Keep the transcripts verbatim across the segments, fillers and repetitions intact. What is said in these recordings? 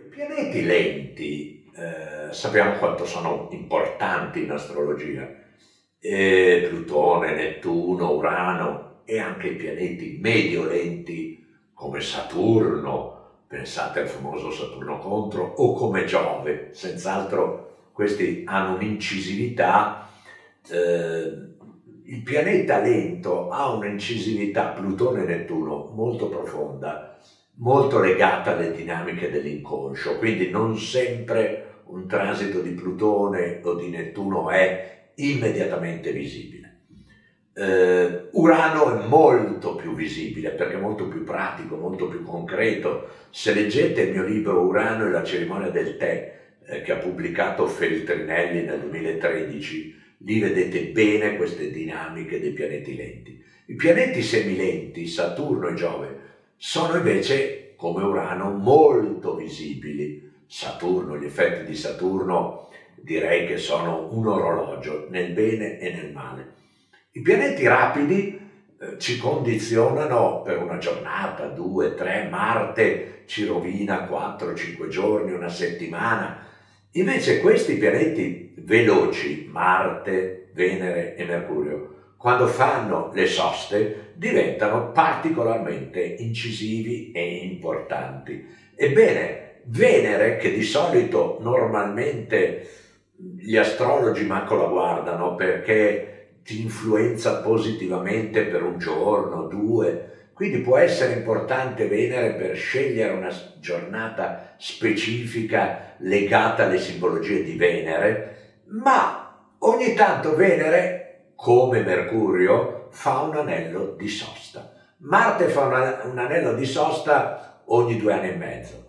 pianeti lenti, eh, sappiamo quanto sono importanti in astrologia, eh, Plutone, Nettuno, Urano e anche i pianeti medio lenti come Saturno, pensate al famoso Saturno contro, o come Giove, senz'altro questi hanno un'incisività, eh, il pianeta lento ha un'incisività, Plutone e Nettuno, molto profonda, molto legata alle dinamiche dell'inconscio, quindi non sempre un transito di Plutone o di Nettuno è immediatamente visibile. Uh, Urano è molto più visibile perché è molto più pratico, molto più concreto. Se leggete il mio libro Urano e la cerimonia del tè, eh, che ha pubblicato Feltrinelli nel duemilatredici, lì vedete bene queste dinamiche dei pianeti lenti. I pianeti semilenti, Saturno e Giove, sono invece, come Urano, molto visibili. Saturno, gli effetti di Saturno direi che sono un orologio nel bene e nel male. I pianeti rapidi eh, ci condizionano per una giornata, due, tre, Marte ci rovina quattro, cinque giorni, una settimana. Invece questi pianeti veloci, Marte, Venere e Mercurio, quando fanno le soste diventano particolarmente incisivi e importanti. Ebbene, Venere, che di solito normalmente gli astrologi manco la guardano perché ti influenza positivamente per un giorno, due, quindi può essere importante Venere per scegliere una giornata specifica legata alle simbologie di Venere, ma ogni tanto Venere, come Mercurio, fa un anello di sosta. Marte fa una, un anello di sosta ogni due anni e mezzo.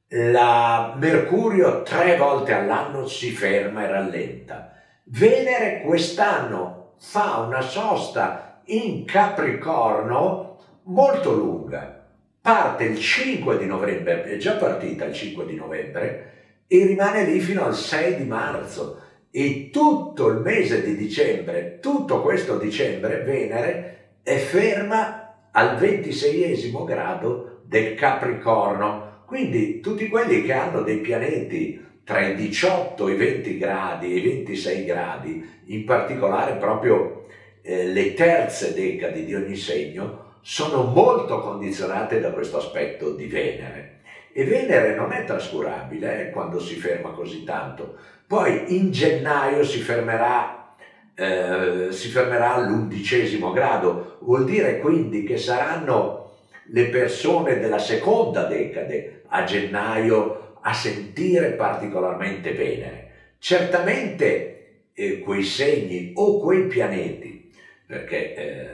La Mercurio tre volte all'anno si ferma e rallenta. Venere quest'anno fa una sosta in Capricorno molto lunga, parte il cinque di novembre, è già partita il cinque di novembre e rimane lì fino al sei di marzo e tutto il mese di dicembre, tutto questo dicembre Venere è ferma al ventiseiesimo grado del Capricorno, quindi tutti quelli che hanno dei pianeti tra i diciotto e i venti gradi e i ventisei gradi, in particolare proprio eh, le terze decadi di ogni segno, sono molto condizionate da questo aspetto di Venere. E Venere non è trascurabile eh, quando si ferma così tanto. Poi in gennaio si fermerà, eh, si fermerà all'undicesimo grado, vuol dire quindi che saranno le persone della seconda decade a gennaio a sentire particolarmente Venere. Certamente eh, quei segni o quei pianeti, perché eh,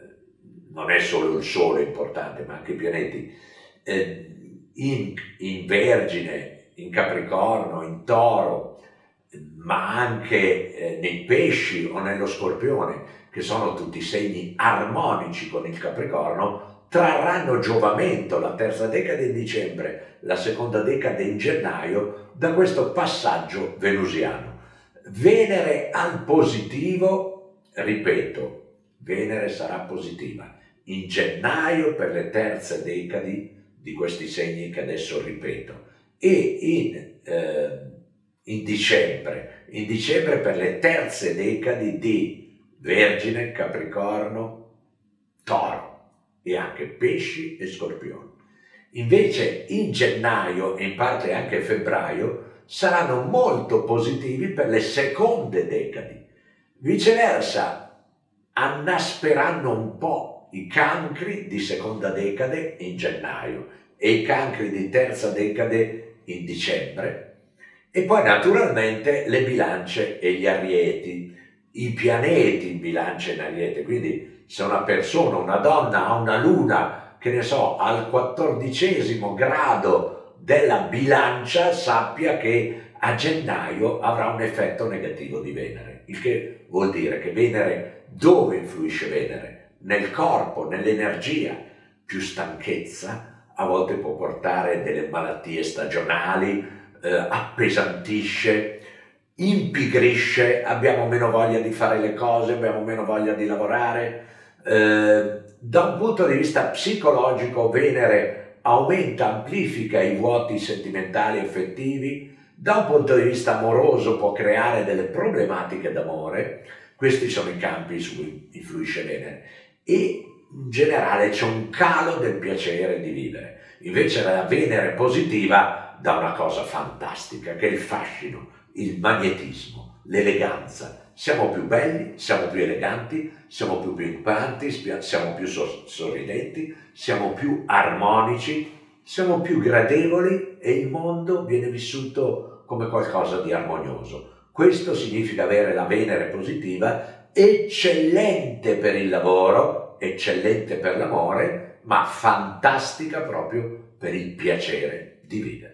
non è solo il Sole importante, ma anche i pianeti, eh, in, in Vergine, in Capricorno, in Toro, ma anche eh, nei Pesci o nello Scorpione, che sono tutti segni armonici con il Capricorno, trarranno giovamento la terza decade in dicembre, la seconda decade in gennaio, da questo passaggio venusiano. Venere al positivo, ripeto, Venere sarà positiva in gennaio per le terze decadi di questi segni che adesso ripeto e in, eh, in dicembre, in dicembre per le terze decadi di Vergine, Capricorno, Toro e anche Pesci e Scorpioni. Invece in gennaio e in parte anche febbraio saranno molto positivi per le seconde decadi. Viceversa, annasperanno un po' i cancri di seconda decade in gennaio e i cancri di terza decade in dicembre e poi naturalmente le bilance e gli arieti, i pianeti in bilancia e in ariete, quindi se una persona, una donna ha una luna, che ne so, al quattordicesimo grado della bilancia, sappia che a gennaio avrà un effetto negativo di Venere, il che vuol dire che Venere, dove influisce Venere? Nel corpo, nell'energia. Più stanchezza, a volte può portare delle malattie stagionali, eh, appesantisce, impigrisce, abbiamo meno voglia di fare le cose, abbiamo meno voglia di lavorare. Eh, da un punto di vista psicologico Venere aumenta, amplifica i vuoti sentimentali e affettivi, da un punto di vista amoroso può creare delle problematiche d'amore. Questi sono i campi su cui influisce Venere, e in generale c'è un calo del piacere di vivere. Invece la Venere positiva dà una cosa fantastica, che è il fascino, il magnetismo, l'eleganza. Siamo più belli, siamo più eleganti, siamo più pimpanti, siamo più sorridenti, siamo più armonici, siamo più gradevoli, e il mondo viene vissuto come qualcosa di armonioso. Questo significa avere la Venere positiva, eccellente per il lavoro, eccellente per l'amore, ma fantastica proprio per il piacere di vivere.